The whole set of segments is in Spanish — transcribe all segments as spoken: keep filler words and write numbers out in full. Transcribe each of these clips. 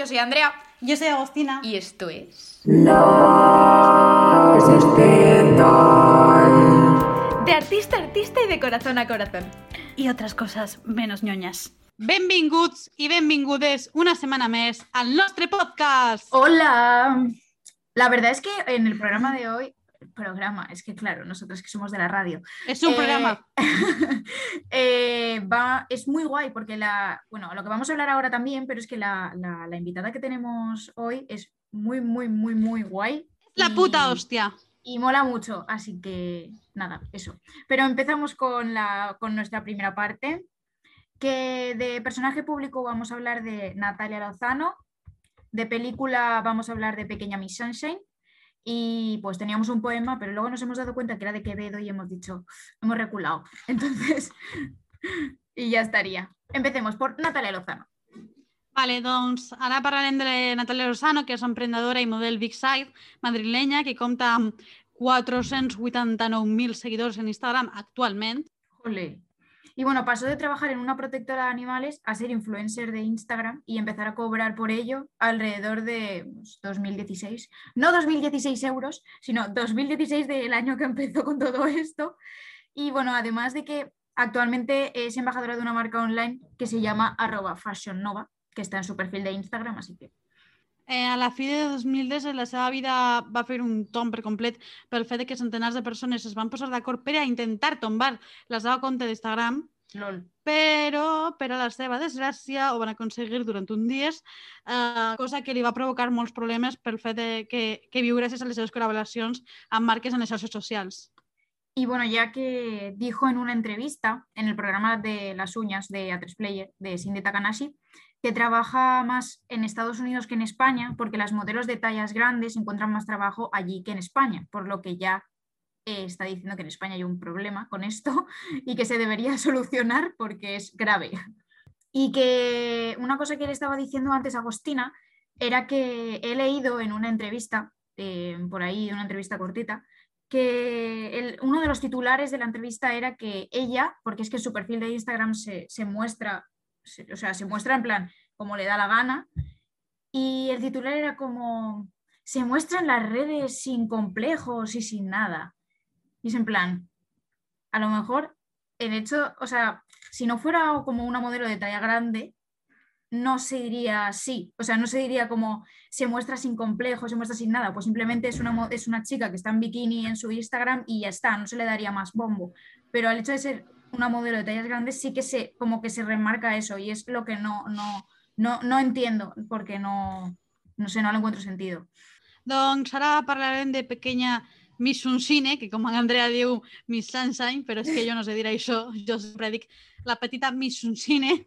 Yo soy Andrea. Yo soy Agostina. Y esto es... La Existental. De artista a artista y de corazón a corazón. Y otras cosas menos ñoñas. Benvinguts i benvingudes una setmana més al nostre podcast. Hola. La verdad es que en el programa de hoy, programa, es que claro, nosotros que somos de la radio. Es un eh, programa. eh, va, es muy guay porque la, bueno, lo que vamos a hablar ahora también, pero es que la, la, la invitada que tenemos hoy es muy, muy, muy, muy guay. La y, puta hostia. Y mola mucho, así que nada, eso. Pero empezamos con, la, con nuestra primera parte. Que de personaje público vamos a hablar de Natalia Lozano, de película vamos a hablar de Pequeña Miss Sunshine y pues teníamos un poema, pero luego nos hemos dado cuenta que era de Quevedo y hemos dicho, hemos reculado. Entonces, y ya estaría. Empecemos por Natalia Lozano. Vale, doncs ara parlarem de Natalia Lozano, que és emprendedora i model Big Side madrilenya, que compta amb quatre-cents vuitanta-nou mil seguidors en Instagram actualment. Jolé. Y bueno, pasó de trabajar en una protectora de animales a ser influencer de Instagram y empezar a cobrar por ello alrededor de pues, dos mil dieciséis. No dos mil dieciséis euros, sino dos mil dieciséis del año que empezó con todo esto. Y bueno, además de que actualmente es embajadora de una marca online que se llama arroba Fashion Nova, que está en su perfil de Instagram, así que... Eh, a la fi de dos mil disset la seva vida va fer un tomb per complet pel fet que centenars de persones es van posar d'acord per a intentar tombar la seva compte d'Instagram, Lol. però per a la seva desgràcia ho van aconseguir durant un dies, eh, cosa que li va provocar molts problemes pel fet de que, que viu gràcies a les seves col·laboracions amb marques en les xarxes socials. Y bueno, ya que dijo en una entrevista en el programa de las uñas de A tres Player de Cindy Takanashi que trabaja más en Estados Unidos que en España porque las modelos de tallas grandes encuentran más trabajo allí que en España, por lo que ya eh, está diciendo que en España hay un problema con esto y que se debería solucionar porque es grave. Y que una cosa que le estaba diciendo antes a Agostina era que he leído en una entrevista, eh, por ahí, una entrevista cortita, que el, uno de los titulares de la entrevista era que ella, porque es que en su perfil de Instagram se, se muestra, se, o sea, se muestra en plan como le da la gana, y el titular era como, se muestra en las redes sin complejos y sin nada. Y es en plan, a lo mejor el hecho, o sea, si no fuera como una modelo de talla grande, no se diría así, o sea, no se diría como se muestra sin complejos, se muestra sin nada, pues simplemente es una, es una chica que está en bikini en su Instagram y ya está, no se le daría más bombo, pero al hecho de ser una modelo de tallas grandes sí que se, como que se remarca eso y es lo que no, no, no, no entiendo porque no, no sé, no le encuentro sentido. Doncs ara parlarem de Pequeña Miss Sunshine, que com Andrea diu Miss Sunshine, però és que jo no sé dir això, jo sempre dic la petita Miss Sunshine.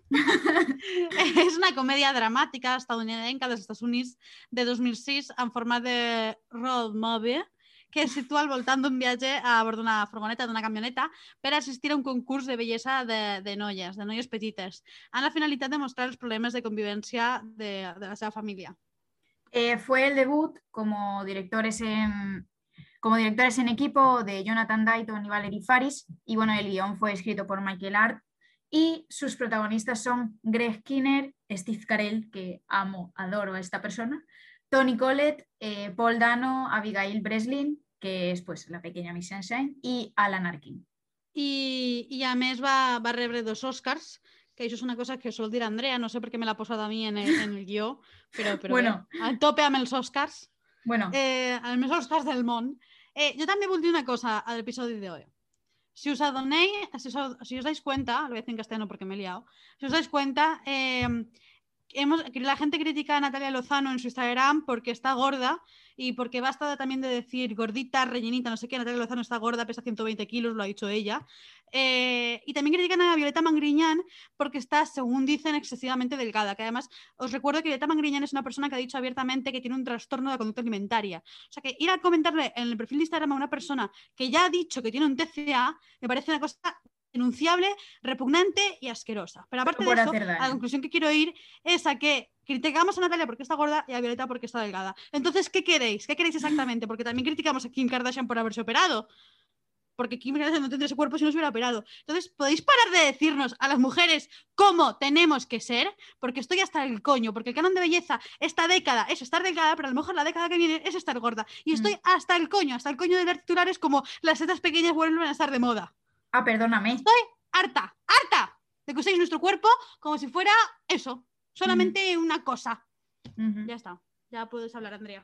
És una comèdia dramàtica estadounidenca dels Estats Units de dos mil sis en format de road movie que es situa al voltant d'un viatge a bord d'una furgoneta, d'una camioneta, per assistir a un concurs de bellesa de, de noies, de noies petites, amb la finalitat de mostrar els problemes de convivència de, de la seva família. Eh, fue el debut como directores en... como directores en equipo de Jonathan Dayton y Valerie Faris, y bueno, el guión fue escrito por Michael Art, y sus protagonistas son Greg Kinnear, Steve Carell, que amo, adoro a esta persona, Toni Collette, eh, Paul Dano, Abigail Breslin, que és pues, la Pequeña Miss Sunshine, i Alan Arkin. I, i a més va, va rebre dos Oscars, que això és una cosa que sol dir Andrea, no sé per què me l'ha posat a mi en el, en el guió, però, però bueno. bé, a tope amb els Oscars, bueno. eh, els més Oscars del món. Eh, jo també vull dir una cosa al episodio de hoy. Si os adonéis, si os, si os dais cuenta, lo voy a decir en castellano porque me he liado, si os dais cuenta, eh, hemos, la gente critica a Natalia Lozano en su Instagram porque está gorda y porque basta también de decir gordita, rellenita, no sé qué, Natalia Lozano está gorda, pesa ciento veinte kilos, lo ha dicho ella. Eh, y también critican a Violeta Magriñán porque está, según dicen, excesivamente delgada, que además os recuerdo que Violeta Magriñán es una persona que ha dicho abiertamente que tiene un trastorno de conducta alimentaria. O sea que ir a comentarle en el perfil de Instagram a una persona que ya ha dicho que tiene un T C A me parece una cosa denunciable, repugnante y asquerosa. Pero aparte Por de eso, hacer a la conclusión que quiero ir es a que criticamos a Natalia porque está gorda y a Violeta porque está delgada. Entonces, ¿qué queréis? ¿Qué queréis exactamente? Porque también criticamos a Kim Kardashian por haberse operado. porque Kim Kardashian no tendría ese cuerpo si no se hubiera operado. Entonces, ¿podéis parar de decirnos a las mujeres cómo tenemos que ser? Porque estoy hasta el coño, porque el canon de belleza esta década es estar delgada, pero a lo mejor la década que viene es estar gorda. Y estoy Mm. hasta el coño, hasta el coño de leer titulares como las tetas pequeñas vuelven a estar de moda. Ah, perdóname. Estoy harta, harta de que uséis nuestro cuerpo como si fuera eso, solamente una cosa. Ujú. Ya está, ya puedes hablar, Andrea.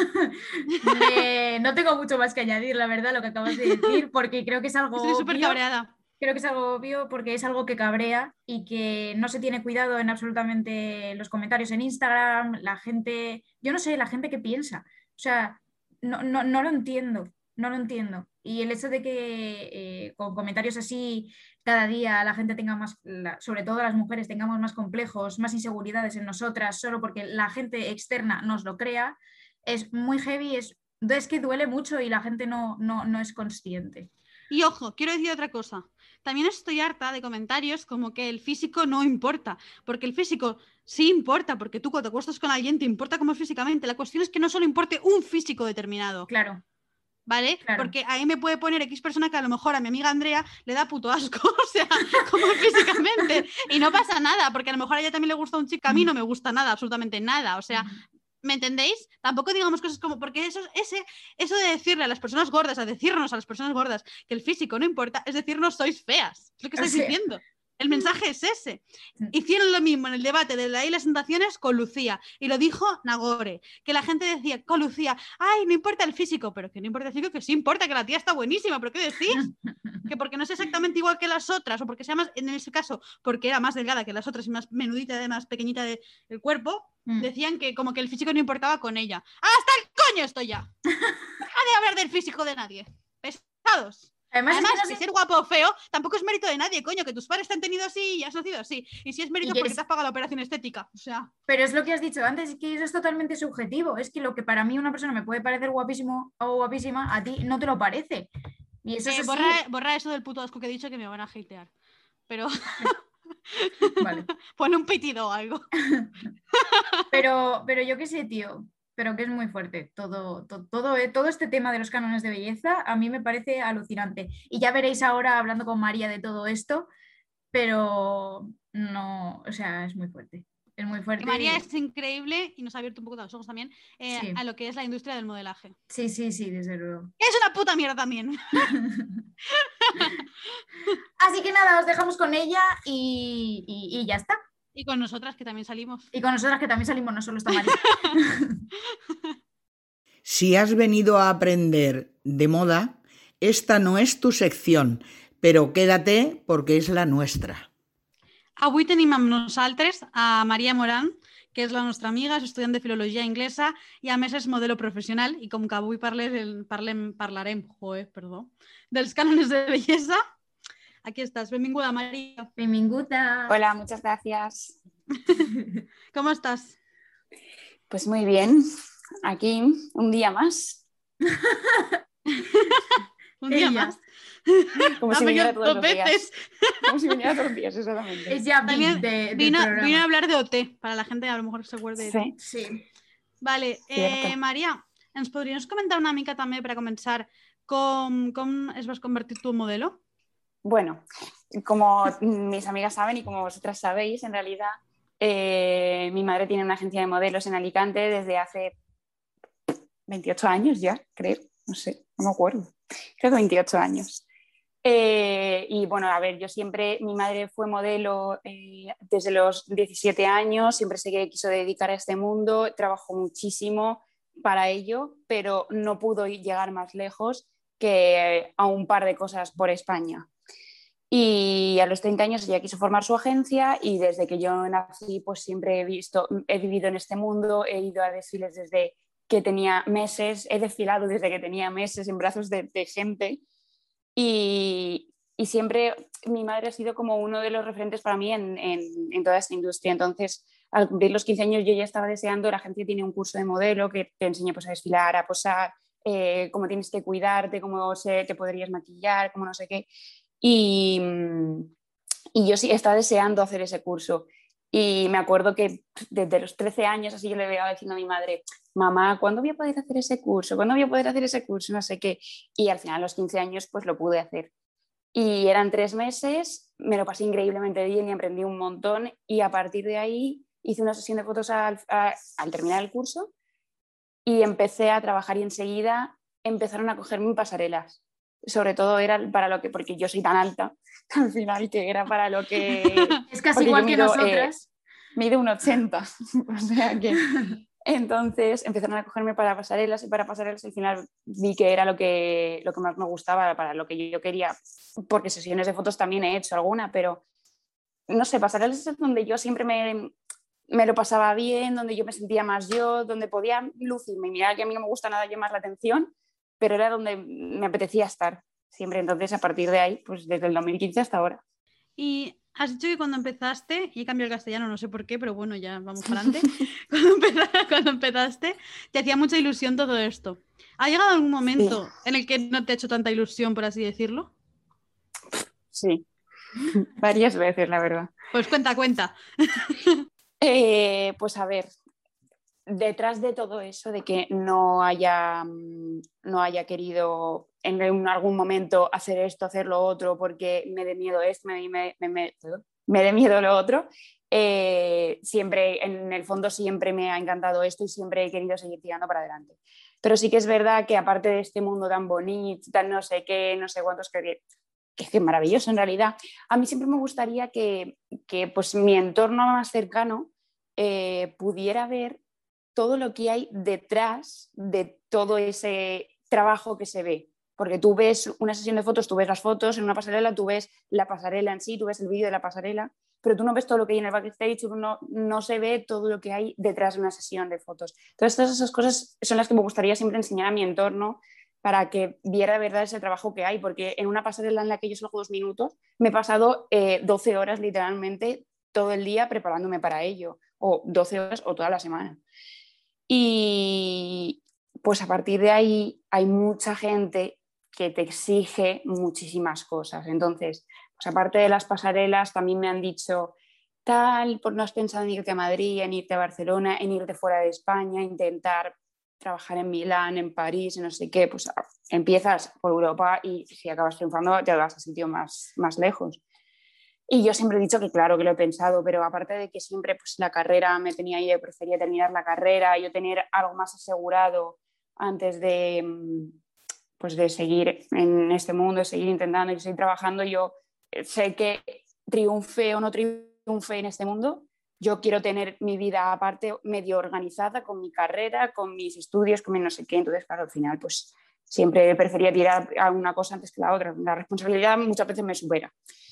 Me- No tengo mucho más que añadir, la verdad, lo que acabas de decir, porque creo que es algo Estoy súper obvio. cabreada. Creo que es algo obvio porque es algo que cabrea y que no se tiene cuidado en absolutamente los comentarios en Instagram, la gente, yo no sé, la gente que piensa. O sea, no, no, no lo entiendo, no lo entiendo. Y el hecho de que eh, con comentarios así cada día la gente tenga más, la- sobre todo las mujeres, tengamos más complejos, más inseguridades en nosotras, solo porque la gente externa nos lo crea, es muy heavy, es, es que duele mucho y la gente no, no, no es consciente. Y ojo, quiero decir otra cosa. También estoy harta de comentarios como que el físico no importa, porque el físico sí importa, porque tú cuando te acuestas con alguien te importa cómo es físicamente. La cuestión es que no solo importe un físico determinado, Claro, ¿vale? claro. Porque ahí me puede poner X persona que a lo mejor a mi amiga Andrea le da puto asco, o sea, como es físicamente. Y no pasa nada, porque a lo mejor a ella también le gusta un chico, a mí no me gusta nada, absolutamente nada, o sea... ¿Me entendéis? Tampoco digamos cosas como, porque eso, ese, eso de decirle a las personas gordas, a decirnos a las personas gordas que el físico no importa, es decirnos sois feas. Es lo que O estáis sea. diciendo. El mensaje es ese. Hicieron lo mismo en el debate de la Isla Tentaciones con Lucía, y lo dijo Nagore, que la gente decía con Lucía, ay, no importa el físico, pero que no importa el físico, que sí importa, que la tía está buenísima, pero ¿qué decís? Que porque no es exactamente igual que las otras, o porque sea más, en ese caso, porque era más delgada que las otras y más menudita, más pequeñita de- del cuerpo, Mm. decían que como que el físico no importaba con ella. ¡Hasta el coño estoy ya! Deja de hablar del físico de nadie. Pesados. Además, Además, es que que, no sé- ser guapo o feo tampoco es mérito de nadie, coño, que tus padres te han tenido así y has nacido así. Y si es mérito Y es que porque es- te has pagado la operación estética. O sea, Pero es lo que has dicho antes, es que eso es totalmente subjetivo. Es que lo que para mí una persona me puede parecer guapísimo o guapísima, a ti no te lo parece. Y eso eh, es así. borra, borra eso del puto asco que he dicho que me van a hatear. Pero Vale. ponle un pitido o algo. Pero, pero yo qué sé, tío. Pero que es muy fuerte. Todo, to- todo, eh, todo este tema de los cánones de belleza a mí me parece alucinante. Y ya veréis ahora hablando con María de todo esto, pero no, o sea, es muy fuerte. Es muy Que fuerte. María y- es increíble y nos ha abierto un poco los ojos también eh, Sí. a lo que es la industria del modelaje. Sí, sí, sí, desde luego. Es una puta mierda también. Así que nada, os dejamos con ella y, y- y ya está. Y con nosotras que también salimos. Y con nosotras que también salimos, no solo está María. Si has venido a aprender de moda, esta no es tu sección, pero quédate porque es la nuestra. Avui tenim amb nosaltres a Maria Moran, que és la nostra amiga, és estudiant de filologia inglesa i a més és modelo professional, i com que avui parlem, parlem, parlarem joe, perdó, dels cànones de bellesa, aquí estàs. Benvinguda, Maria. Benvinguda. Hola, muchas gracias. Com estàs? Pues muy bien, aquí un día más, Un dia Ella. más. como Ha si viniera venido todos dos los días. veces. Como si viniera todos los días, exactamente. Es ya También Vic de, del vino, programa. vino a hablar de O T, para la gente que a lo mejor se acuerde de ti. Sí. Sí. Vale, eh, Cierto. Maria, ens podries comentar una mica també, per a començar, com, com es vas convertir tu en modelo? Bueno, como mis amigas saben y como vosotras sabéis, en realidad eh, mi madre tiene una agencia de modelos en Alicante desde hace veintiocho años ya, creo, no sé, no me acuerdo, creo que veintiocho años. Eh, y bueno, a ver, yo siempre, mi madre fue modelo eh, desde los diecisiete años, siempre se quiso dedicar a este mundo, trabajó muchísimo para ello, pero no pudo llegar más lejos que a un par de cosas por España. Y a los treinta años ella quiso formar su agencia y desde que yo nací pues siempre he visto, he vivido en este mundo, he ido a desfiles desde que tenía meses, he desfilado desde que tenía meses en brazos de, de gente y, y siempre mi madre ha sido como uno de los referentes para mí en, en, en toda esta industria. Entonces, al cumplir los quince años yo ya estaba deseando, la agencia tiene un curso de modelo que te enseña pues, a desfilar, a posar, eh, cómo tienes que cuidarte, cómo se, te podrías maquillar, cómo no sé qué. Y, y yo sí estaba deseando hacer ese curso. Y me acuerdo que desde los trece años así yo le veía diciendo a mi madre, mamá, ¿cuándo voy a poder hacer ese curso? ¿Cuándo voy a poder hacer ese curso? No sé qué. Y al final a los quince años pues lo pude hacer. Y eran tres meses, me lo pasé increíblemente bien y aprendí un montón. Y a partir de ahí hice una sesión de fotos al, a, al terminar el curso y empecé a trabajar y enseguida empezaron a cogerme pasarelas. Sobre todo era para lo que, porque yo soy tan alta, al final que era para lo que... Es casi igual que mido, nosotras. Eh, mido un ochenta, o sea que... Entonces empezaron a cogerme para pasarelas y para pasarelas al final vi que era lo que, lo que más me gustaba, para lo que yo quería, porque sesiones de fotos también he hecho alguna, pero no sé, pasarelas es donde yo siempre me, me lo pasaba bien, donde yo me sentía más yo, donde podía lucirme. Mira que a mí no me gusta nada llamar la atención, pero era donde me apetecía estar siempre. Entonces a partir de ahí, pues desde el dos mil quince hasta ahora. Y has dicho que cuando empezaste, y he cambiado el castellano, no sé por qué, pero bueno, ya vamos para adelante. cuando, empezaste, cuando empezaste, te hacía mucha ilusión todo esto. ¿Ha llegado algún momento sí. en el que no te ha hecho tanta ilusión, por así decirlo? Sí, varias veces, la verdad. Pues cuenta, cuenta. eh, pues a ver, detrás de todo eso, de que no haya, no haya querido en algún momento hacer esto, hacer lo otro, porque me dé miedo esto, me, me, me, me, me dé miedo lo otro, eh, siempre, en el fondo siempre me ha encantado esto y siempre he querido seguir tirando para adelante. Pero sí que es verdad que aparte de este mundo tan bonito, tan no sé qué, no sé cuántos, que, que es que maravilloso en realidad, a mí siempre me gustaría que, que pues, mi entorno más cercano eh, pudiera ver todo lo que hay detrás de todo ese trabajo que se ve. Porque tú ves una sesión de fotos, tú ves las fotos, en una pasarela tú ves la pasarela en sí, tú ves el vídeo de la pasarela, pero tú no ves todo lo que hay en el backstage, no, no se ve todo lo que hay detrás de una sesión de fotos. Entonces todas esas cosas son las que me gustaría siempre enseñar a mi entorno para que viera de verdad ese trabajo que hay, porque en una pasarela en la que yo solo juego dos minutos, me he pasado eh, doce horas literalmente todo el día preparándome para ello, o doce horas o toda la semana. Y pues a partir de ahí hay mucha gente que te exige muchísimas cosas. Entonces, pues aparte de las pasarelas, también me han dicho, tal, ¿por no has pensado en irte a Madrid, en irte a Barcelona, en irte fuera de España, intentar trabajar en Milán, en París, en no sé qué? Pues empiezas por Europa y si acabas triunfando te vas a sitios más, más lejos. Y yo siempre he dicho que claro, que lo he pensado, pero aparte de que siempre pues, la carrera me tenía ahí, prefería terminar la carrera, yo tener algo más asegurado antes de, pues, de seguir en este mundo, de seguir intentando y seguir trabajando. Yo sé que triunfe o no triunfe en este mundo, yo quiero tener mi vida aparte medio organizada con mi carrera, con mis estudios, con mi no sé qué. Entonces, claro, al final pues siempre prefería tirar a una cosa antes que la otra. La responsabilidad muchas veces me supera.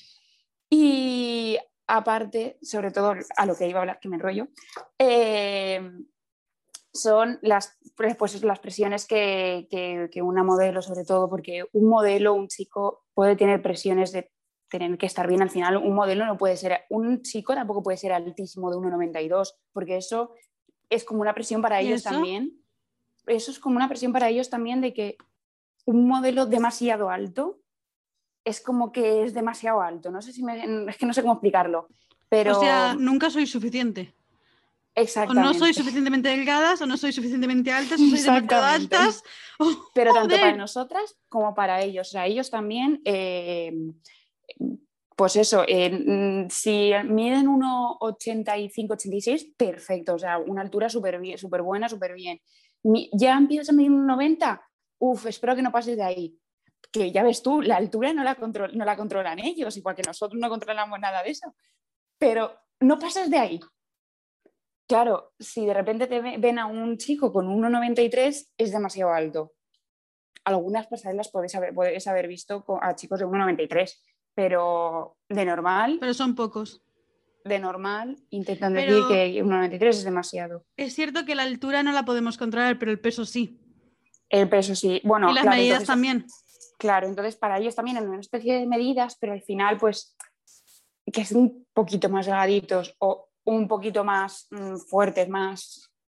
Y aparte, sobre todo a lo que iba a hablar, que me enrollo, eh, son las, pues, las presiones que, que, que una modelo, sobre todo, porque un modelo, un chico, puede tener presiones de tener que estar bien al final. Un modelo no puede ser, un chico tampoco puede ser altísimo de uno noventa y dos, porque eso es como una presión para ellos eso? también. Eso es como una presión para ellos también de que un modelo demasiado alto es como que es demasiado alto. No sé si me, es que no sé cómo explicarlo. Pero... O sea, nunca soy suficiente. Exactamente. O no soy suficientemente delgadas, o no soy suficientemente altas, o soy demasiado altas. Oh, pero tanto joder. para nosotras como para ellos. O sea, ellos también, eh, pues eso, eh, si miden uno ochenta y cinco, ochenta y seis, perfecto. O sea, una altura súper bien, súper buena, súper bien. Ya empiezas a medir un noventa, uff, espero que no pases de ahí. Que ya ves tú, la altura no la, control, no la controlan ellos, igual que nosotros no controlamos nada de eso. Pero no pasas de ahí. Claro, si de repente te ven a un chico con uno noventa y tres, es demasiado alto. Algunas pasarelas podéis haber, podéis haber visto a chicos de uno noventa y tres, pero de normal... Pero son pocos. De normal intentan pero decir que uno noventa y tres es demasiado. Es cierto que la altura no la podemos controlar, pero el peso sí. El peso sí. Bueno, y las claro, medidas entonces, también. Claro, entonces para ellos también es una especie de medidas, pero al final pues que es un poquito más delgaditos o un poquito más mmm, fuertes, más,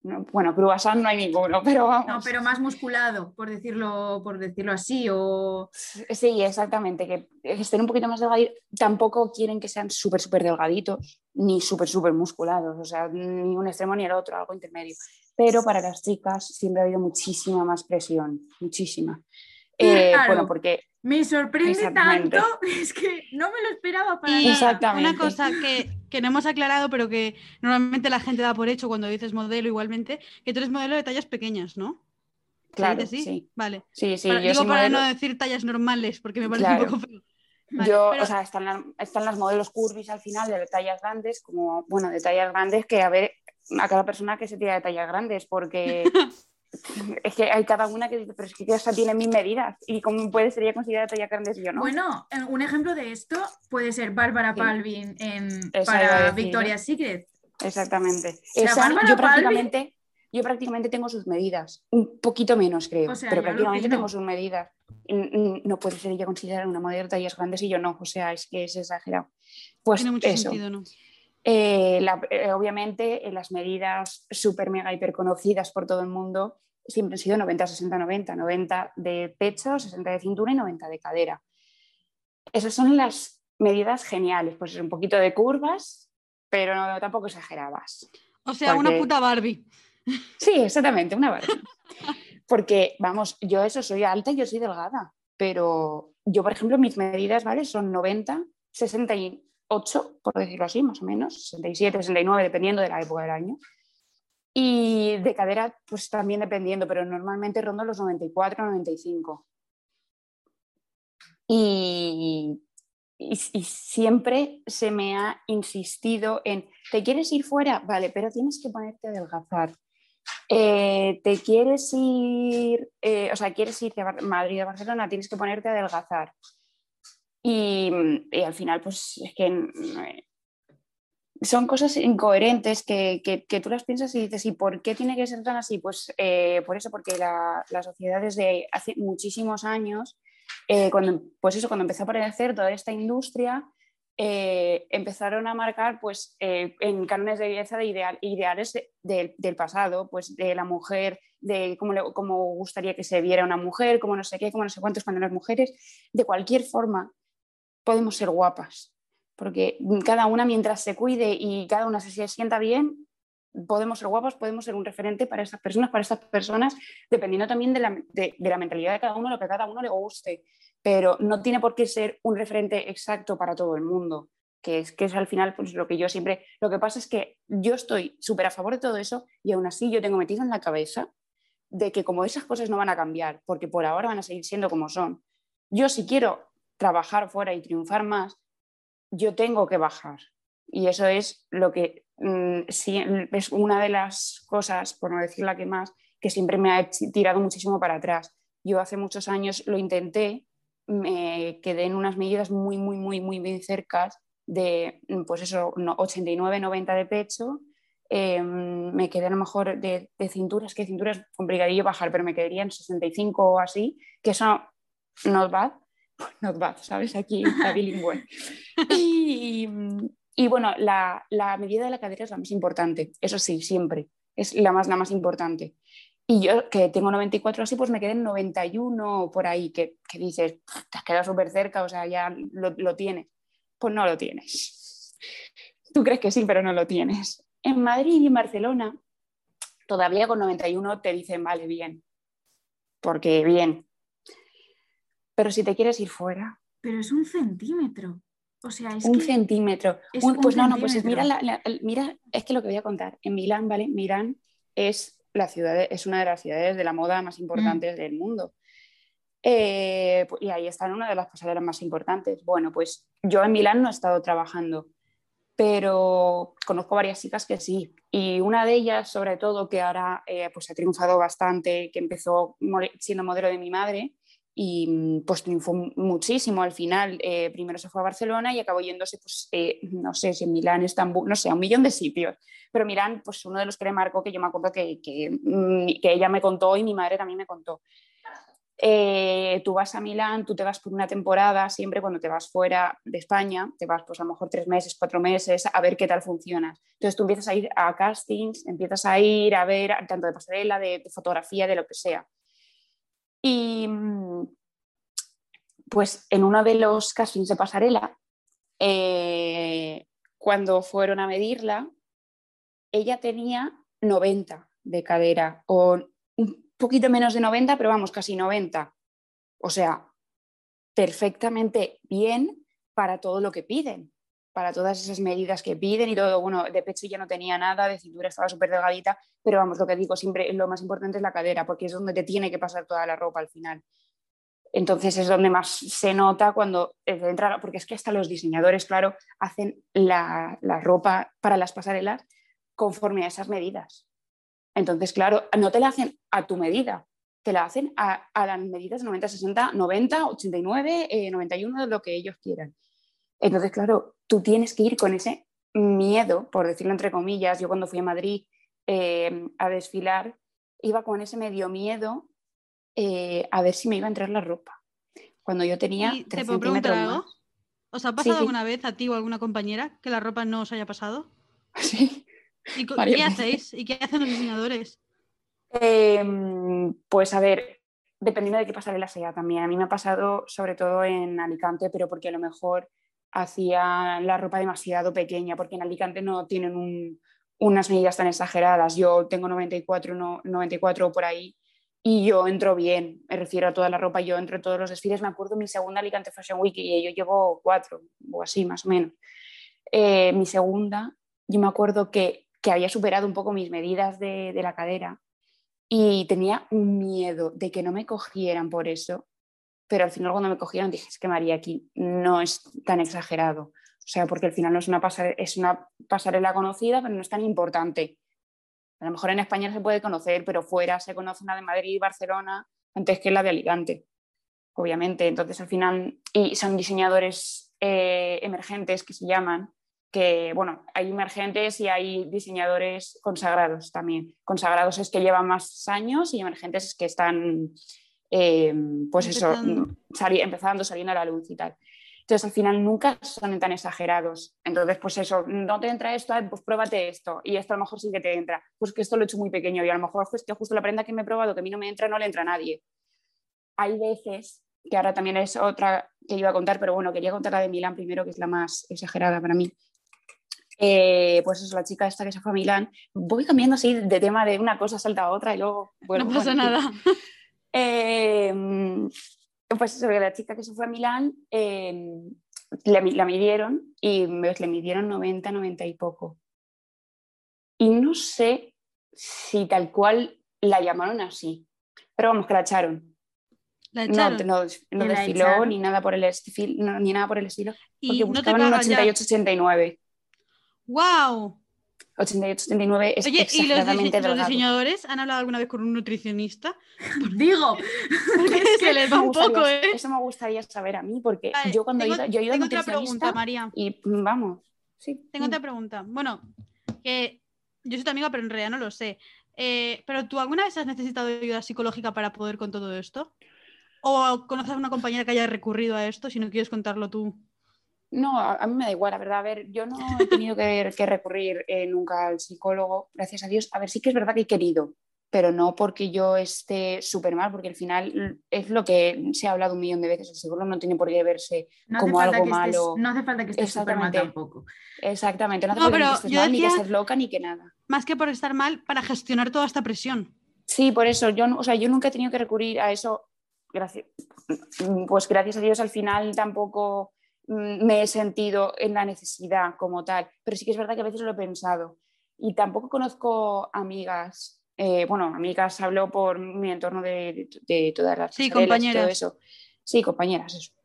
no, bueno, croissant no hay ninguno, pero vamos. No, pero más musculado, por decirlo, por decirlo así, o... Sí, exactamente, que estén un poquito más delgaditos. Tampoco quieren que sean súper, súper delgaditos, ni súper, súper musculados, o sea, ni un extremo ni el otro, algo intermedio. Pero para las chicas siempre ha habido muchísima más presión, muchísima. Eh, Claro. Bueno, porque... Me sorprende Exactamente. tanto, es que no me lo esperaba para Y nada. Exactamente. una cosa que, que no hemos aclarado, pero que normalmente la gente da por hecho cuando dices modelo igualmente, que tú eres modelo de tallas pequeñas, ¿no? ¿Se Claro, dice así? sí. Vale. Sí, sí, Para- yo digo soy para modelo... no decir tallas normales, porque me parece Claro. un poco feo. Vale, Yo, pero- o sea, están, las, están las modelos curvis al final de tallas grandes, como, bueno, de tallas grandes, que a ver, a cada persona que se tira de tallas grandes, porque es que hay cada una que dice, pero es que esta tiene mis medidas, y cómo puede ser ella considerada tallas grandes y yo no. Bueno, eh, un ejemplo de esto puede ser Bárbara Sí. Palvin en, Eso para iba a decir Victoria's yo. Secret. Exactamente. sea, Esa, Bárbara yo Palvin- prácticamente, yo prácticamente tengo sus medidas, un poquito menos creo, O sea, pero yo prácticamente alucino. tengo sus medidas. Mm, No puede ser ella considerada una modelo de tallas grandes y yo no, o sea, es que es exagerado. Pues Tiene mucho eso. sentido, ¿no? Eh, la- eh, obviamente, eh, las medidas súper mega hiper conocidas por todo el mundo siempre han sido noventa, sesenta, noventa. noventa de pecho, sesenta de cintura y noventa de cadera. Esas son las medidas geniales, pues es un poquito de curvas, pero no, tampoco exageradas. O sea, Porque- una puta Barbie. Sí, exactamente, una Barbie. Porque, vamos, yo eso soy alta y yo soy delgada, pero yo, por ejemplo, mis medidas, ¿vale? Son noventa, sesenta y ocho, por decirlo así, más o menos, sesenta y siete, sesenta y nueve, dependiendo de la época del año. Y de cadera, pues también dependiendo, pero normalmente rondo los noventa y cuatro, noventa y cinco. Y, y, y siempre se me ha insistido en, ¿te quieres ir fuera? Vale, pero tienes que ponerte a adelgazar. Eh, ¿Te quieres ir, eh, o sea, quieres ir de Bar- Madrid a Barcelona? Tienes que ponerte a adelgazar. Y, y al final, pues es que eh, son cosas incoherentes que, que, que tú las piensas y dices, ¿y por qué tiene que ser tan así? Pues eh, por eso, porque la, la sociedad desde hace muchísimos años, eh, cuando, pues eso, cuando empezó a aparecer toda esta industria, eh, empezaron a marcar pues, eh, en cánones de belleza de ideal, ideales de, de, del pasado, pues de la mujer, de cómo, le, cómo gustaría que se viera una mujer, cómo no sé qué, cómo no sé cuántos, cuando las mujeres, de cualquier forma, podemos ser guapas. Porque cada una, mientras se cuide y cada una se sienta bien, podemos ser guapas, podemos ser un referente para estas personas, para estas personas, dependiendo también de la, de, de la mentalidad de cada uno, lo que a cada uno le guste. Pero no tiene por qué ser un referente exacto para todo el mundo, que es, que es al final pues, lo que yo siempre... Lo que pasa es que yo estoy súper a favor de todo eso y aún así yo tengo metido en la cabeza de que como esas cosas no van a cambiar, porque por ahora van a seguir siendo como son, yo si quiero trabajar fuera y triunfar más, yo tengo que bajar. Y eso es lo que mmm, sí, es una de las cosas, por no decir la que más, que siempre me ha tirado muchísimo para atrás. Yo hace muchos años lo intenté, me quedé en unas medidas muy, muy, muy, muy bien cercas de, pues eso, ochenta y nueve, noventa de pecho. Eh, me quedé a lo mejor de, de cintura, es que cintura es complicadillo bajar, pero me quedaría en sesenta y cinco o así, que eso not bad. Not bad, ¿sabes? Aquí está bilingüe. Y, y bueno, la, la medida de la cadera es la más importante, eso sí, siempre, es la más, la más importante. Y yo, que tengo noventa y cuatro así, pues me quedé en noventa y uno por ahí, que, que dices, te has quedado súper cerca, o sea, ya lo, lo tienes. Pues no lo tienes. Tú crees que sí, pero no lo tienes. En Madrid y en Barcelona, todavía con noventa y uno te dicen, vale, bien, porque bien. Pero si te quieres ir fuera... Pero es un centímetro. O sea, es un que centímetro. es Un, un pues no, no, pues es, mira, centímetro. la, la, mira, es que lo que voy a contar. En Milán, ¿vale? Milán es, la ciudad, es una de las ciudades de la moda más importantes mm. del mundo. Eh, y ahí está en una de las pasarelas más importantes. Bueno, pues yo en Milán no he estado trabajando, pero conozco varias chicas que sí. Y una de ellas, sobre todo, que ahora eh, pues ha triunfado bastante, que empezó siendo modelo de mi madre, y pues triunfó muchísimo al final. Eh, primero se fue a Barcelona y acabó yéndose, pues, eh, no sé si en Milán, Estambul, no sé, a un millón de sitios. Pero Milán, pues uno de los que le marcó, que yo me acuerdo que, que, que ella me contó y mi madre también me contó. Eh, tú vas a Milán, tú te vas por una temporada, siempre cuando te vas fuera de España, te vas pues a lo mejor tres meses, cuatro meses, a ver qué tal funcionas. Entonces tú empiezas a ir a castings, empiezas a ir a ver tanto de pasarela, de, de fotografía, de lo que sea. Y pues en uno de los castings de pasarela, eh, cuando fueron a medirla, ella tenía noventa de cadera, o un poquito menos de noventa, pero vamos, casi noventa. O sea, perfectamente bien para todo lo que piden, para todas esas medidas que piden y todo. Bueno, de pecho ya no tenía nada, de cintura estaba súper delgadita, pero vamos, lo que digo siempre, lo más importante es la cadera, porque es donde te tiene que pasar toda la ropa al final. Entonces es donde más se nota cuando entra, porque es que hasta los diseñadores, claro, hacen la, la ropa para las pasarelas conforme a esas medidas. Entonces, claro, no te la hacen a tu medida, te la hacen a, a las medidas noventa, sesenta, noventa, ochenta y nueve, eh, noventa y uno, lo que ellos quieran. Entonces, claro, tú tienes que ir con ese miedo, por decirlo entre comillas. Yo cuando fui a Madrid eh, a desfilar, iba con ese medio miedo eh, a ver si me iba a entrar la ropa. Cuando yo tenía ¿Y tres te puedo preguntar centímetros algo? más. ¿Os ha pasado Sí, sí. alguna vez a ti o a alguna compañera que la ropa no os haya pasado? Sí. ¿Y, co- ¿y Varias qué veces. hacéis? ¿Y qué hacen los diseñadores? Eh, pues a ver, dependiendo de qué pasarela sea también. A mí me ha pasado sobre todo en Alicante, pero porque a lo mejor hacía la ropa demasiado pequeña, porque en Alicante no tienen un, unas medidas tan exageradas. Yo tengo noventa y cuatro, no, noventa y cuatro por ahí y yo entro bien, me refiero a toda la ropa, yo entro en todos los desfiles. Me acuerdo mi segunda Alicante Fashion Week y yo llevo cuatro o así más o menos. Eh, mi segunda, yo me acuerdo que, que había superado un poco mis medidas de, de la cadera y tenía un miedo de que no me cogieran por eso, pero al final cuando me cogieron dije, es que María, aquí no es tan exagerado, o sea, porque al final no es una pasarela, es una pasarela conocida, pero no es tan importante. A lo mejor en España se puede conocer, pero fuera se conoce una de Madrid y Barcelona antes que la de Alicante, obviamente. Entonces al final, y son diseñadores eh, emergentes que se llaman, que bueno, hay emergentes y hay diseñadores consagrados también. Consagrados es que llevan más años y emergentes es que están, eh, pues Empezando. eso, sali- empezando, saliendo a la luz y tal. Entonces al final nunca son tan exagerados. Entonces pues eso, no te entra esto, pues pruébate esto y esto a lo mejor sí que te entra. Pues que esto lo he hecho muy pequeño y a lo mejor es que justo la prenda que me he probado que a mí no me entra, no le entra a nadie. Hay veces, que ahora también es otra que iba a contar, pero bueno, quería contar la de Milán primero, que es la más exagerada para mí. Eh, pues es la chica esta que se fue a Milán. Voy cambiando así de tema de una cosa salta a otra y luego, bueno, no pasa bueno, nada. eh, pues sobre la chica que se fue a Milán, eh, la, la midieron y me, le midieron noventa, noventa y poco. Y no sé si tal cual la llamaron así, pero vamos, que la echaron. ¿La No, echaron? no, no ¿Que la desfiló echaron? ni nada por el estilo, no, ni nada por el estilo, porque ¿Y no te buscaban un pagan ochenta y ya? ocho ochenta y nueve. ¡Wow! ochenta y ocho ochenta y nueve es Oye, ¿y los, exageradamente dise- los delgado. diseñadores han hablado alguna vez con un nutricionista? Digo, Porque es se que les va Me un gustaría- poco, ¿eh? Eso me gustaría saber a mí, porque Vale, yo cuando he tengo, ido, yo he ido a tengo otra pregunta, nutricionista María. y mm, vamos, sí. Tengo dime. otra pregunta. Bueno, que yo soy tu amiga, pero en realidad no lo sé. Eh, ¿pero tú alguna vez has necesitado ayuda psicológica para poder con todo esto? ¿O conoces a una compañera que haya recurrido a esto, si no quieres contarlo tú? No, a, a mí me da igual, la verdad. A ver, yo no he tenido que, que recurrir eh, nunca al psicólogo, gracias a Dios. A ver, sí que es verdad que he querido, pero no porque yo esté súper mal, porque al final es lo que se ha hablado un millón de veces. El psicólogo no tiene por qué verse no hace como falta algo que estés, malo. no hace falta que estés súper mal Exactamente, tampoco. exactamente. No hace No, falta ni que pero estés yo mal, ni que decía estés loca, ni que nada. más que por estar mal, para gestionar toda esta presión. Sí, por eso, yo, no- o sea, yo nunca he tenido que recurrir a eso, gracias, pues gracias a Dios al final tampoco mm, me he sentido en la necesidad como tal, pero sí que es verdad que a veces lo he pensado y tampoco conozco amigas, eh, bueno, amigas hablo por mi entorno de, de, de todas las Sí, pasarelas y todo compañeras. eso, sí, compañeras, eso.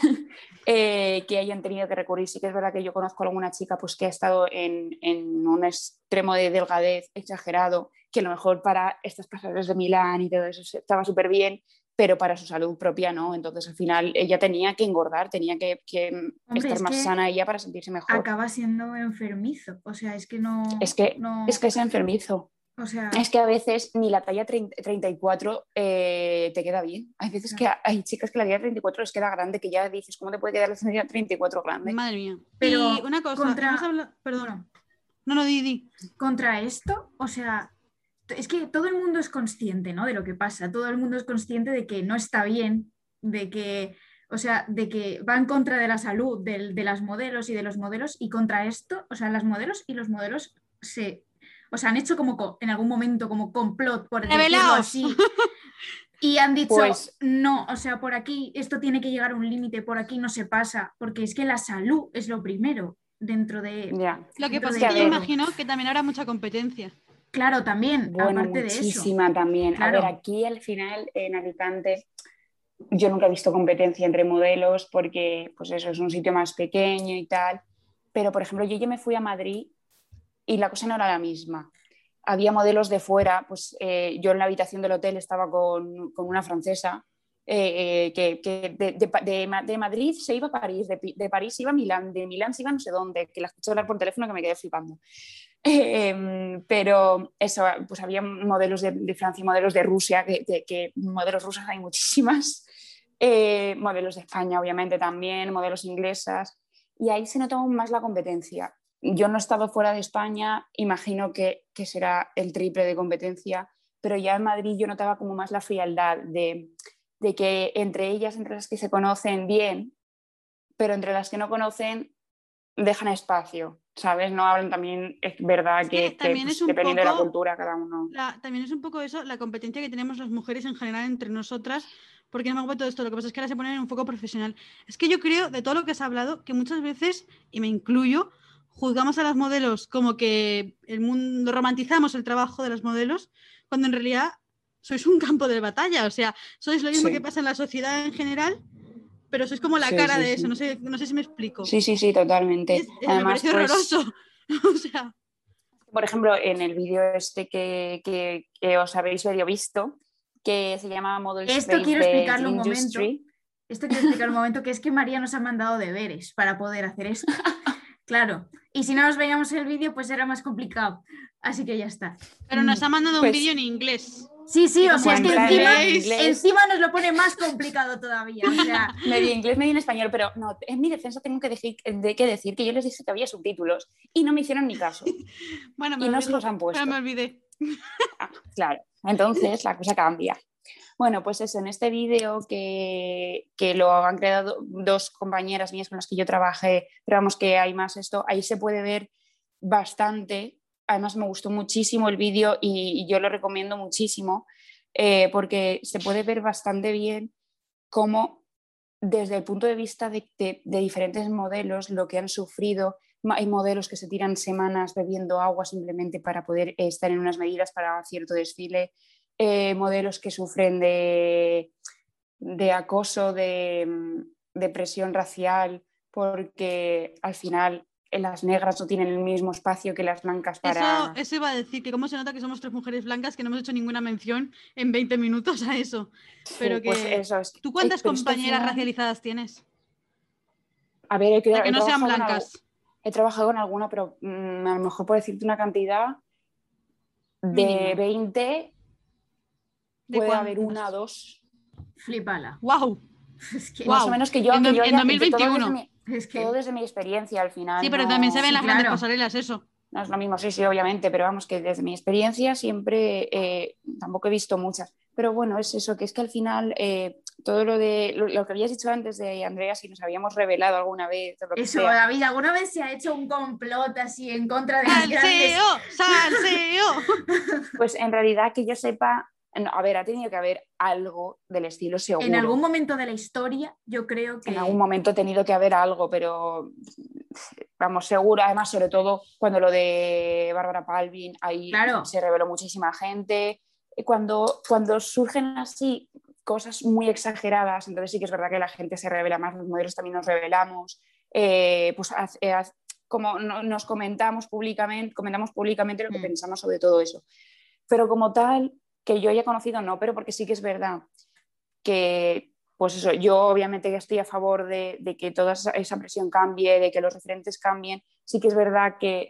Eh, que hayan tenido que recurrir. Sí que es verdad que yo conozco a alguna chica pues, que ha estado en, en un extremo de delgadez exagerado, que a lo mejor para estas pasarelas de Milán y todo eso estaba súper bien, pero para su salud propia no. Entonces al final ella tenía que engordar, tenía que, que Hombre, estar es más que sana ella para sentirse mejor. acaba siendo enfermizo. O sea, es que no. Es que no... es que es enfermizo. O sea, Es que a veces ni la talla treinta, treinta y cuatro eh, te queda bien. Hay veces que hay chicas que la talla treinta y cuatro les queda grande, que ya dices, ¿cómo te puede quedar la talla treinta y cuatro grande? Madre mía. Pero y una cosa, contra- hemos hablado... Perdón. bueno, No, no, Didi. contra esto, o sea, t- es que todo el mundo es consciente, ¿no? De lo que pasa, todo el mundo es consciente de que no está bien, de que, o sea, de que va en contra de la salud del- de las modelos y de los modelos, y contra esto, o sea, las modelos y los modelos se, o sea, han hecho como co- en algún momento como complot, por decirlo ¡Revelaos! así, y han dicho, Pues- no, o sea, por aquí esto tiene que llegar a un límite, por aquí no se pasa, porque es que la salud es lo primero dentro de... Ya. Lo que dentro pasa de es que yo todo. imagino que también habrá mucha competencia. Claro, también, Bueno, aparte de eso. muchísima también. Claro. A ver, aquí al final en Alicante yo nunca he visto competencia entre modelos porque pues eso es un sitio más pequeño y tal. Pero, por ejemplo, yo ya me fui a Madrid y la cosa no era la misma. Había modelos de fuera, pues eh, yo en la habitación del hotel estaba con, con una francesa eh, eh, que, que de, de, de, de Madrid se iba a París, de, de París se iba a Milán, de Milán se iba a no sé dónde, que la escuché hablar por teléfono que me quedé flipando. Eh, pero eso, pues había modelos de, de Francia y modelos de Rusia, que, que, que modelos rusas hay muchísimas, eh, modelos de España obviamente también, modelos inglesas, y ahí se nota aún más la competencia. Yo no he estado fuera de España, imagino que, que será el triple de competencia, pero ya en Madrid yo notaba como más la frialdad de, de que entre ellas, entre las que se conocen bien, pero entre las que no conocen dejan espacio, ¿sabes? No hablan también, es verdad Es que, que que, también pues, es un dependiendo de la poco cultura cada uno. la- también es un poco eso, la competencia que tenemos las mujeres en general entre nosotras, porque no me hago todo esto, lo que pasa es que ahora se ponen en un foco profesional. Es que yo creo, de todo lo que has hablado, que muchas veces, y me incluyo, juzgamos a las modelos como que el mundo, romantizamos el trabajo de las modelos, cuando en realidad sois un campo de batalla, o sea, sois lo mismo Sí. que pasa en la sociedad en general, pero sois como la Sí, cara sí, de sí. eso, no sé, no sé si me explico. Sí, sí, sí, totalmente. Y es- eh, me Además, parece pues, horroroso. O sea, por ejemplo, en el vídeo este que, que, que os habéis medio visto, que se llama Model Esto Space quiero de explicarlo un Industry. Esto quiero explicar un momento, que es que María nos ha mandado deberes para poder hacer esto. Claro, y si no nos veíamos el vídeo, pues era más complicado. Así que ya está. pero nos ha mandado un Pues- vídeo en inglés. Sí, sí, Y o como sea, es en que plan encima, en inglés. encima nos lo pone más complicado todavía. O sea, Medio inglés, medio en español, pero no, en mi defensa tengo que decir, de que decir que yo les dije que había subtítulos y no me hicieron ni caso. Bueno, me Y no olvidé, se los han puesto. pero me olvidé. Ah, claro, entonces la cosa cambia. Bueno, pues eso, en este vídeo que, que lo han creado dos compañeras mías con las que yo trabajé, pero vamos que hay más esto, ahí se puede ver bastante. Además me gustó muchísimo el vídeo y, y yo lo recomiendo muchísimo eh, porque se puede ver bastante bien cómo desde el punto de vista de, de, de diferentes modelos lo que han sufrido. Hay modelos que se tiran semanas bebiendo agua simplemente para poder eh, estar en unas medidas para cierto desfile. Eh, modelos que sufren de, de acoso, de, de presión racial, porque al final las negras no tienen el mismo espacio que las blancas para... Eso, eso iba a decir, que cómo se nota que somos tres mujeres blancas que no hemos hecho ninguna mención en veinte minutos a eso. Pero Sí, que... pues eso es. ¿Tú cuántas Eh, pero es que al compañeras final- racializadas tienes? A ver, he, O sea, que he no sean trabajado con algo- blancas. he trabajado con alguna, pero mm, a lo mejor puedo decirte una cantidad de Mínima. veinte, ¿De puede cuántas? haber una o dos. flipala. ¡Wow! Es que, Guau. Más o menos que yo, En que do- yo en haya- dos mil veintiuno. Todo desde, mi, es que todo desde mi experiencia al final. Sí, pero no- también se ven Sí, las grandes claro. pasarelas, eso. No es lo mismo, sí, sí, obviamente, pero vamos, que desde mi experiencia siempre eh, tampoco he visto muchas. Pero bueno, es eso, que es que al final eh, todo lo de lo, lo que habías dicho antes de Andrea, si nos habíamos revelado alguna vez o lo que eso, sea, David, ¿alguna vez se ha hecho un complot así en contra de las grandes? ¡Salseo! ¡Salseo! pues en realidad que yo sepa, no, a ver, ha tenido que haber algo del estilo seguro. En algún momento de la historia, yo creo que... En algún momento ha tenido que haber algo, pero vamos, seguro. Además, sobre todo cuando lo de Bárbara Palvin, ahí Claro. se reveló muchísima gente. Cuando, cuando surgen así cosas muy exageradas, entonces sí que es verdad que la gente se revela más, los modelos también nos revelamos. Eh, pues haz- eh, haz- como no- nos comentamos públicamente, comentamos públicamente lo que Mm. pensamos sobre todo eso. Pero como tal, que yo haya conocido, no, pero porque sí que es verdad que, pues eso, yo obviamente que estoy a favor de, de que toda esa, esa presión cambie, de que los referentes cambien. Sí que es verdad que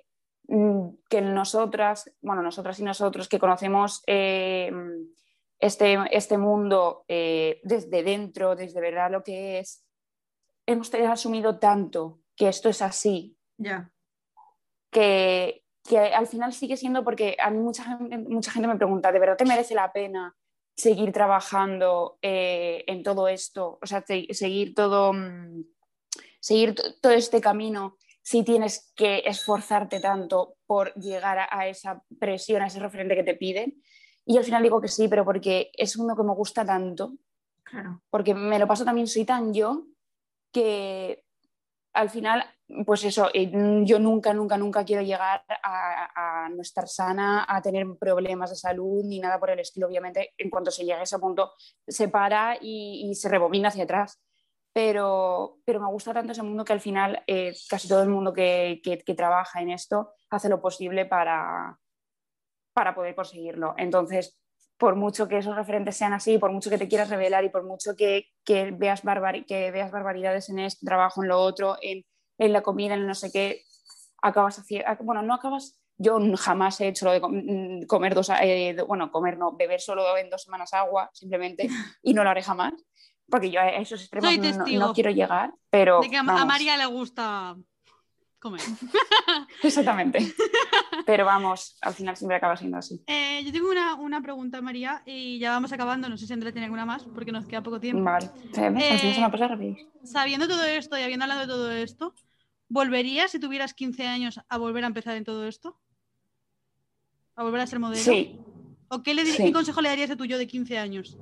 que nosotras, bueno, nosotras y nosotros que conocemos eh, este, este mundo eh, desde dentro, desde verdad lo que es, hemos asumido tanto que esto es así, Ya. que, que al final sigue siendo, porque a mí mucha gente, mucha gente me pregunta, ¿de verdad te merece la pena seguir trabajando eh, en todo esto? O sea, te, seguir todo, seguir todo este camino si tienes que esforzarte tanto por llegar a, a esa presión, a ese referente que te piden. Y al final digo que sí, pero porque es uno que me gusta tanto, Claro. porque me lo paso también, soy tan yo, que al final, pues eso, yo nunca, nunca, nunca quiero llegar a, a no estar sana, a tener problemas de salud ni nada por el estilo. Obviamente, en cuanto se llegue a ese punto, se para y, y se rebobina hacia atrás. Pero, pero me gusta tanto ese mundo que al final eh, casi todo el mundo que, que, que trabaja en esto hace lo posible para, para poder conseguirlo. Entonces, por mucho que esos referentes sean así, por mucho que te quieras revelar y por mucho que, que, veas, barbar que veas barbaridades en este trabajo, en lo otro, en, en la comida, en no sé qué, acabas haciendo, bueno, no acabas, yo jamás he hecho lo de comer dos, eh, bueno, comer no, beber solo en dos semanas agua, simplemente, y no lo haré jamás, porque yo a esos extremos no, no quiero llegar, pero de que a, vamos. a María le gusta comer. Exactamente. Pero vamos, al final siempre acaba siendo así. Eh, yo tengo una, una pregunta, María, y ya vamos acabando. No sé si Andrea tiene alguna más, porque nos queda poco tiempo. Vale. Eh, al final se me pasa rápido. Sabiendo todo esto y habiendo hablado de todo esto, ¿volverías si tuvieras quince años a volver a empezar en todo esto? ¿A volver a ser modelo? Sí. ¿O qué, le sí. qué consejo le darías a tu yo de quince años?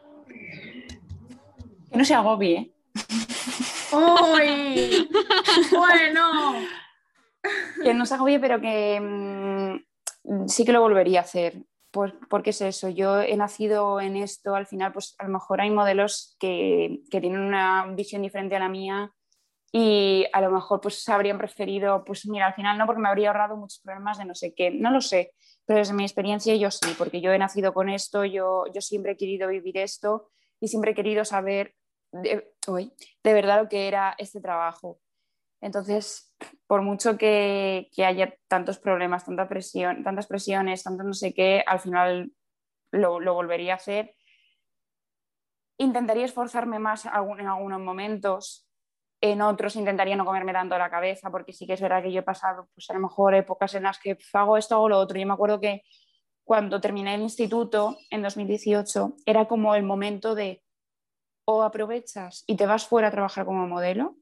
Que no se agobie, ¿eh? ¡Uy! Bueno. Que no se agobie, pero que mmm, sí que lo volvería a hacer. Pues, porque es eso, yo he nacido en esto, al final pues a lo mejor hay modelos que, que tienen una visión diferente a la mía y a lo mejor pues habrían preferido, pues mira, al final no, porque me habría ahorrado muchos problemas de no sé qué, no lo sé, pero desde mi experiencia yo sí, porque yo he nacido con esto, yo, yo siempre he querido vivir esto y siempre he querido saber de, uy, de verdad lo que era este trabajo. Entonces, por mucho que, que haya tantos problemas, tanta presión, tantas presiones, tanto no sé qué, al final lo, lo volvería a hacer. Intentaría esforzarme más en algunos momentos, en otros intentaría no comerme tanto la cabeza, porque sí que es verdad que yo he pasado, pues a lo mejor épocas en las que hago esto o lo otro. Yo me acuerdo que cuando terminé el instituto en dos mil dieciocho era como el momento de o aprovechas y te vas fuera a trabajar como modelo,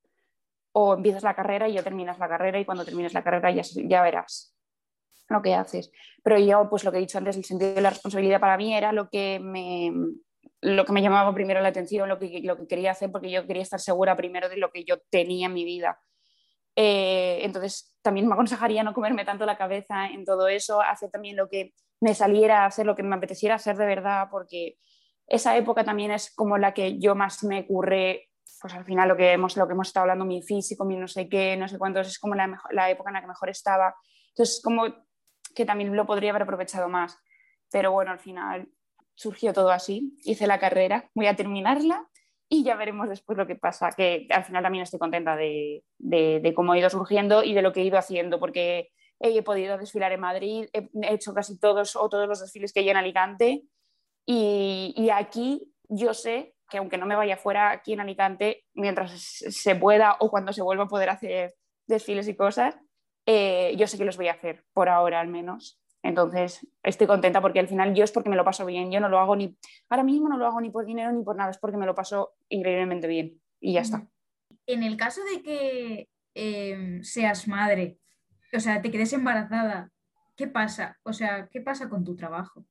o empiezas la carrera y ya terminas la carrera y cuando termines la carrera ya, ya verás lo que haces. Pero yo, pues lo que he dicho antes, el sentido de la responsabilidad para mí era lo que me, lo que me llamaba primero la atención, lo que, lo que quería hacer, porque yo quería estar segura primero de lo que yo tenía en mi vida. Eh, entonces, también me aconsejaría no comerme tanto la cabeza en todo eso, hacer también lo que me saliera, hacer lo que me apeteciera hacer de verdad, porque esa época también es como la que yo más me curré. Pues al final lo que hemos, lo que hemos estado hablando, mi físico, mi no sé qué, no sé cuántos, es como la, mejor, la época en la que mejor estaba. Entonces, como que también lo podría haber aprovechado más. Pero bueno, al final surgió todo así. Hice la carrera, voy a terminarla y ya veremos después lo que pasa. Que al final también estoy contenta de, de, de cómo ha ido surgiendo y de lo que he ido haciendo, porque he podido desfilar en Madrid, he hecho casi todos o todos los desfiles que hay en Alicante y, y aquí yo sé que aunque no me vaya fuera aquí en Alicante, mientras se pueda o cuando se vuelva a poder hacer desfiles y cosas, eh, yo sé que los voy a hacer, por ahora al menos. Entonces estoy contenta porque al final yo es porque me lo paso bien, yo no lo hago ni, ahora mismo no lo hago ni por dinero ni por nada, es porque me lo paso increíblemente bien y ya está. En el caso de que eh, seas madre, o sea, te quedes embarazada, ¿qué pasa? O sea, ¿qué pasa con tu trabajo?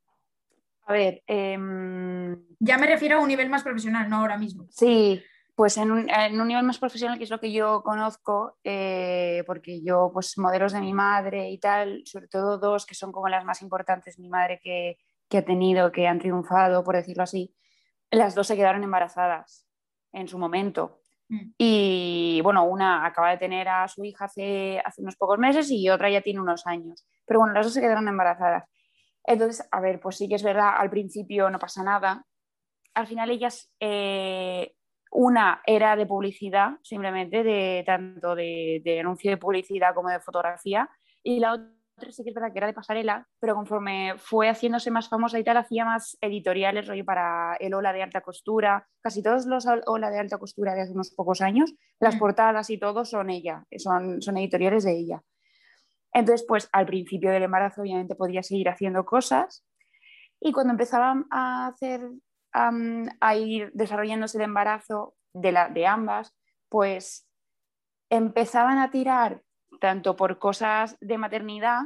A ver, eh... ya me refiero a un nivel más profesional, no ahora mismo. Sí, pues en un, en un nivel más profesional, que es lo que yo conozco, eh, porque yo, pues modelos de mi madre y tal, sobre todo dos que son como las más importantes, mi madre que, que ha tenido, que han triunfado, por decirlo así, las dos se quedaron embarazadas en su momento. Mm. Y bueno, una acaba de tener a su hija hace, hace unos pocos meses y otra ya tiene unos años. Pero bueno, las dos se quedaron embarazadas. Entonces, a ver, pues sí que es verdad, al principio no pasa nada. Al final ellas, eh, una era de publicidad, simplemente, de tanto de, de anuncio de publicidad como de fotografía, Y la otra sí que es verdad que era de pasarela, pero conforme fue haciéndose más famosa y tal, hacía más editoriales, rollo para el Hola de alta costura. Casi todos los Hola de alta costura de hace unos pocos años, las Mm. portadas y todo son ella, son, son editoriales de ella. Entonces, pues al principio del embarazo obviamente podía seguir haciendo cosas y cuando empezaban a hacer, um, a ir desarrollándose el embarazo de, la, de ambas, pues empezaban a tirar tanto por cosas de maternidad,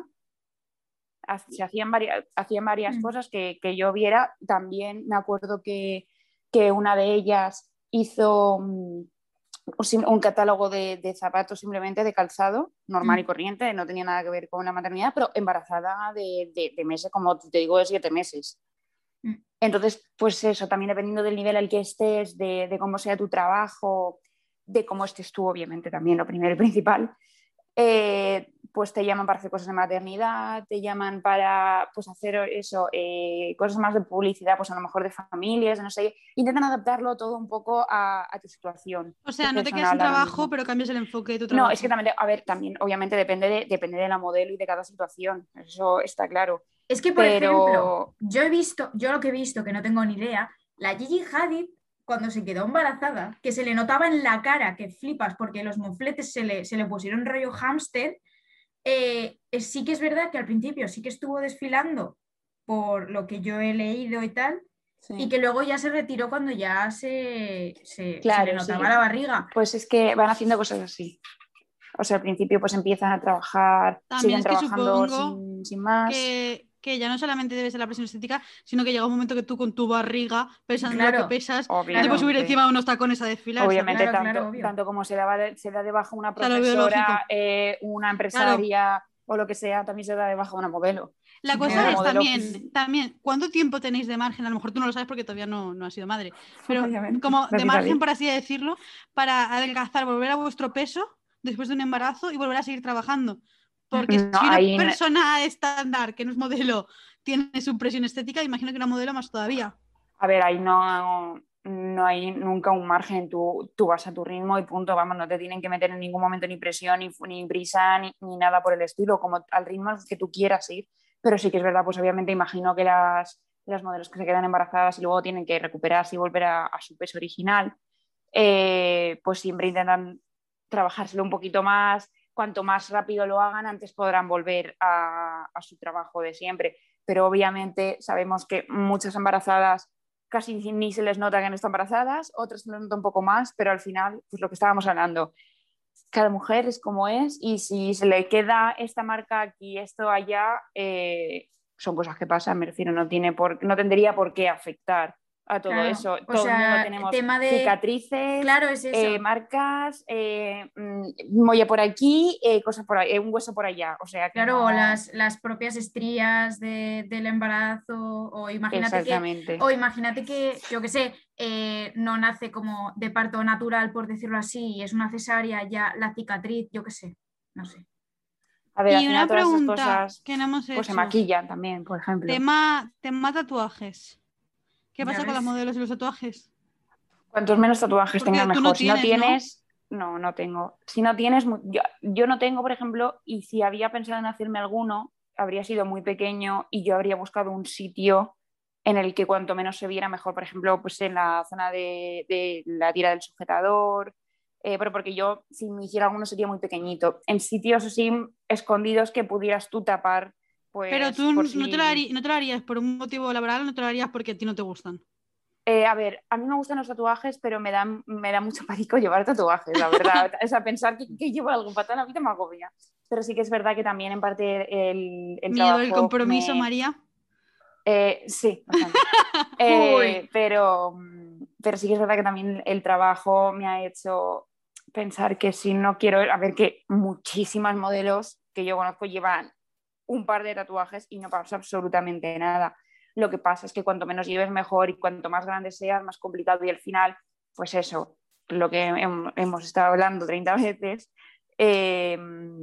se hacían varias, hacían varias Mm. cosas que, que yo viera. También me acuerdo que, que una de ellas hizo um, un catálogo de, de zapatos simplemente de calzado normal Mm. y corriente, no tenía nada que ver con la maternidad, pero embarazada de, de, de meses, como te digo, de siete meses. Mm. Entonces, pues eso, también dependiendo del nivel al que estés, de, de cómo sea tu trabajo, de cómo estés tú, obviamente, también lo primero y principal, eh, pues te llaman para hacer cosas de maternidad, te llaman para pues, hacer eso, eh, cosas más de publicidad, pues a lo mejor de familias, no sé, intentan adaptarlo todo un poco a, a tu situación. O sea, no te quedas personal sin ahora trabajo, mismo. pero cambias el enfoque de tu trabajo. No, es que también, a ver, también obviamente depende de, depende de la modelo y de cada situación, eso está claro. Es que, por Pero- ejemplo, yo he visto, yo lo que he visto, que no tengo ni idea, la Gigi Hadid, cuando se quedó embarazada, que se le notaba en la cara que flipas porque los mofletes se le, se le pusieron rollo hámster, eh, eh, sí que es verdad que al principio sí que estuvo desfilando por lo que yo he leído y tal, Sí. y que luego ya se retiró cuando ya se, se, Claro, se le notaba sí. la barriga. Pues es que van haciendo cosas así. O sea, al principio pues empiezan a trabajar, También siguen es que trabajando supongo sin, sin más. Que, que ya no solamente debe ser la presión estética, sino que llega un momento que tú con tu barriga, pesando lo Claro, que pesas, no te obviamente. puedes subir encima de unos tacones a desfilar. Obviamente, Claro, tanto, claro, obvio. tanto como se, daba de- se da de baja una sea, lo biológico. profesora, eh, una empresaria o lo que sea, también se da de baja una modelo. La Sí, cosa claro. es Modelo, también, pues, también, ¿cuánto tiempo tenéis de margen? A lo mejor tú no lo sabes porque todavía no, no has sido madre, pero obviamente, como de gracias a margen, Dios. por así decirlo, para adelgazar, volver a vuestro peso después de un embarazo y volver a seguir trabajando. Porque No, si una ahí no- persona estándar, que no es modelo, tiene su presión estética, imagino que una modelo más todavía. A ver, ahí no, no hay nunca un margen, tú, tú vas a tu ritmo y punto, vamos, no te tienen que meter en ningún momento ni presión, ni, ni prisa, ni, ni nada por el estilo, como al ritmo al que tú quieras ir. Pero sí que es verdad, pues obviamente imagino que las, las modelos que se quedan embarazadas y luego tienen que recuperarse y volver a, a su peso original, eh, pues siempre intentan trabajárselo un poquito más. Cuanto más rápido lo hagan, antes podrán volver a, a su trabajo de siempre. Pero obviamente sabemos que muchas embarazadas casi ni se les nota que no están embarazadas, otras se les nota un poco más, pero al final, pues lo que estábamos hablando, cada mujer es como es y si se le queda esta marca aquí, esto allá, eh, son cosas que pasan, me refiero, no, tiene por, no tendría por qué afectar a todo Claro, eso. o Todo sea, el mundo tenemos tema de- cicatrices, Claro, es eso. eh, marcas, eh, mm, molla por aquí, eh, cosas por ahí, eh, un hueso por allá. O sea, que Claro, no- o las, las propias estrías de- del embarazo, o imagínate que, Exactamente. o imagínate que, yo qué sé, eh, no nace como de parto natural, por decirlo así, y es una cesárea, ya la cicatriz, yo qué sé, no sé. A ver, al Y final una todas esas pregunta cosas que no hemos pues se hecho. maquillan también, por ejemplo. Tema, tema tatuajes. ¿Qué Ya pasa con ves. las modelos y los tatuajes? Cuantos menos tatuajes Porque tengas, tú mejor. no Si no tienes, ¿no? tienes, no, no tengo. Si no tienes, mu- yo, yo no tengo, por ejemplo, y si había pensado en hacerme alguno, habría sido muy pequeño y yo habría buscado un sitio en el que cuanto menos se viera mejor, por ejemplo, pues en la zona de, de la tira del sujetador, eh, pero porque yo, si me hiciera alguno, sería muy pequeñito. En sitios así escondidos que pudieras tú tapar, pues. Pero tú por no, si- te lo harí- no te lo harías por un motivo laboral, no te lo harías porque a ti no te gustan. Eh, a ver, a mí me gustan los tatuajes, pero me da, me da mucho pánico llevar tatuajes, la verdad. O sea, pensar que, que llevo algo para toda la vida me agobia. Pero sí que es verdad que también en parte el, el Miedo, trabajo el compromiso, me- María. Eh, sí, bastante. Eh, pero, pero sí que es verdad que también el trabajo me ha hecho pensar que si no quiero, a ver, que muchísimas modelos que yo conozco llevan un par de tatuajes y no pasa absolutamente nada. Lo que pasa es que cuanto menos lleves mejor y cuanto más grande seas, más complicado y al final, pues eso, lo que hem- hemos estado hablando treinta veces, eh,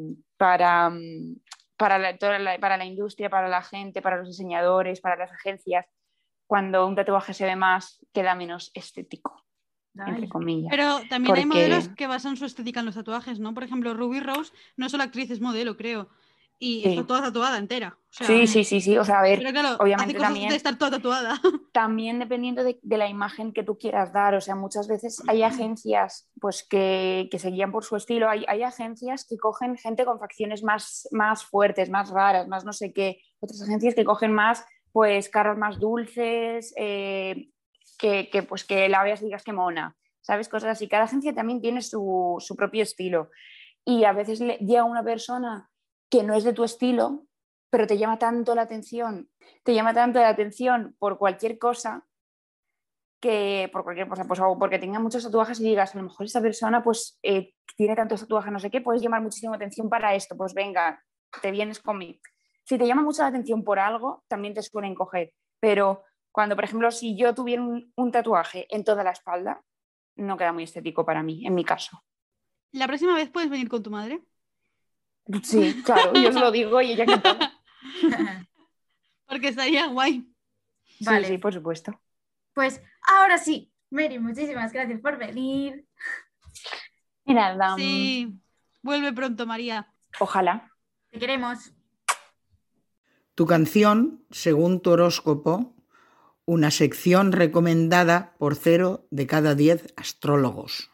para, para, la, toda la, para la industria, para la gente, para los diseñadores, para las agencias, cuando un tatuaje se ve más, queda menos estético, entre Ay. comillas. Pero también hay Porque- modelos que basan su estética en los tatuajes, ¿no? Por ejemplo, Ruby Rose no es solo actriz, es modelo, creo. y Sí. está toda tatuada entera. O sea, Sí, sí, sí, sí. O sea, a ver, Pero claro, obviamente hace cosas también- de estar toda tatuada. también dependiendo de, de la imagen que tú quieras dar. O sea, muchas veces hay agencias pues, que, que se guían por su estilo. Hay, hay agencias que cogen gente con facciones más, más fuertes, más raras, más no sé qué. Otras agencias que cogen más, pues, caras más dulces, eh, que, que, pues, que la veas y digas que mona. ¿Sabes? Cosas así. Cada agencia también tiene su, su propio estilo. Y a veces le, llega una persona que no es de tu estilo, pero te llama tanto la atención, te llama tanto la atención por cualquier cosa, que por cualquier cosa, pues o porque tenga muchos tatuajes y digas, a lo mejor esa persona pues eh, tiene tantos tatuajes, no sé qué, puedes llamar muchísima atención para esto, pues venga, te vienes conmigo. Si te llama mucho la atención por algo, también te suelen coger, pero cuando, por ejemplo, si yo tuviera un, un tatuaje en toda la espalda, no queda muy estético para mí, en mi caso. La próxima vez puedes venir con tu madre. Sí, claro, yo se lo digo y ella encantada. Porque estaría guay. Vale. Sí, sí, por supuesto. Pues ahora sí, Mary, muchísimas gracias por venir. Y nada, Sí. Vuelve pronto, María. ojalá. Te queremos. Tu canción, según tu horóscopo, una sección recomendada por cero de cada diez astrólogos.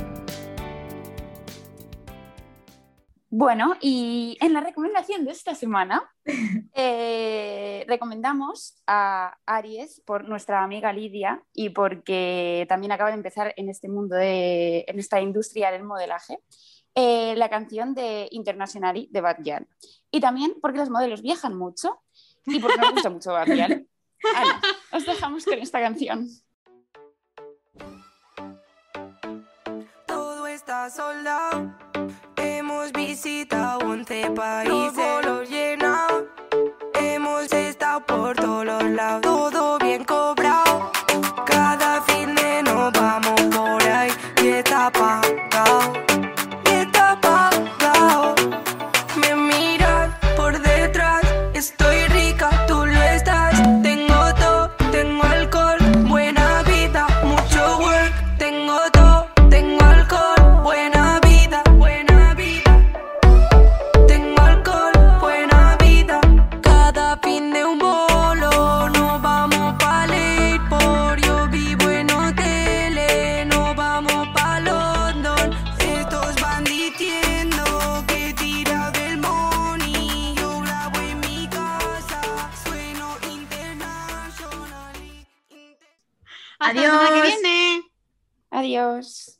Bueno, y en la recomendación de esta semana eh, recomendamos a Aries por nuestra amiga Lidia y porque también acaba de empezar en este mundo, de, en esta industria del modelaje, eh, la canción de Internationally de Bad Gyal. Y también porque los modelos viajan mucho y porque nos gusta mucho Bad Gyal. Ana, os dejamos con esta canción. Todo está soldado. Hemos visitado once países, los vuelos llenados. Hemos estado por todos los lados, todo bien cobrado. Cada fin de nos vamos por ahí y está pagado, y está pagado. Me miran por detrás, estoy rica, tú lo estás. Tengo todo, tengo alcohol, buena vida, mucho work. Tengo todo, tengo alcohol, buena vida, buena vida. Tengo alcohol, buena vida. Cada fin de un bolo nos vamos pa' Leitport. Yo vivo en hoteles, nos vamos pa' London. Estos van diciendo que tira del money. Yo grabo en mi casa, sueno internacional. Hasta Adiós. la semana que viene. Adiós.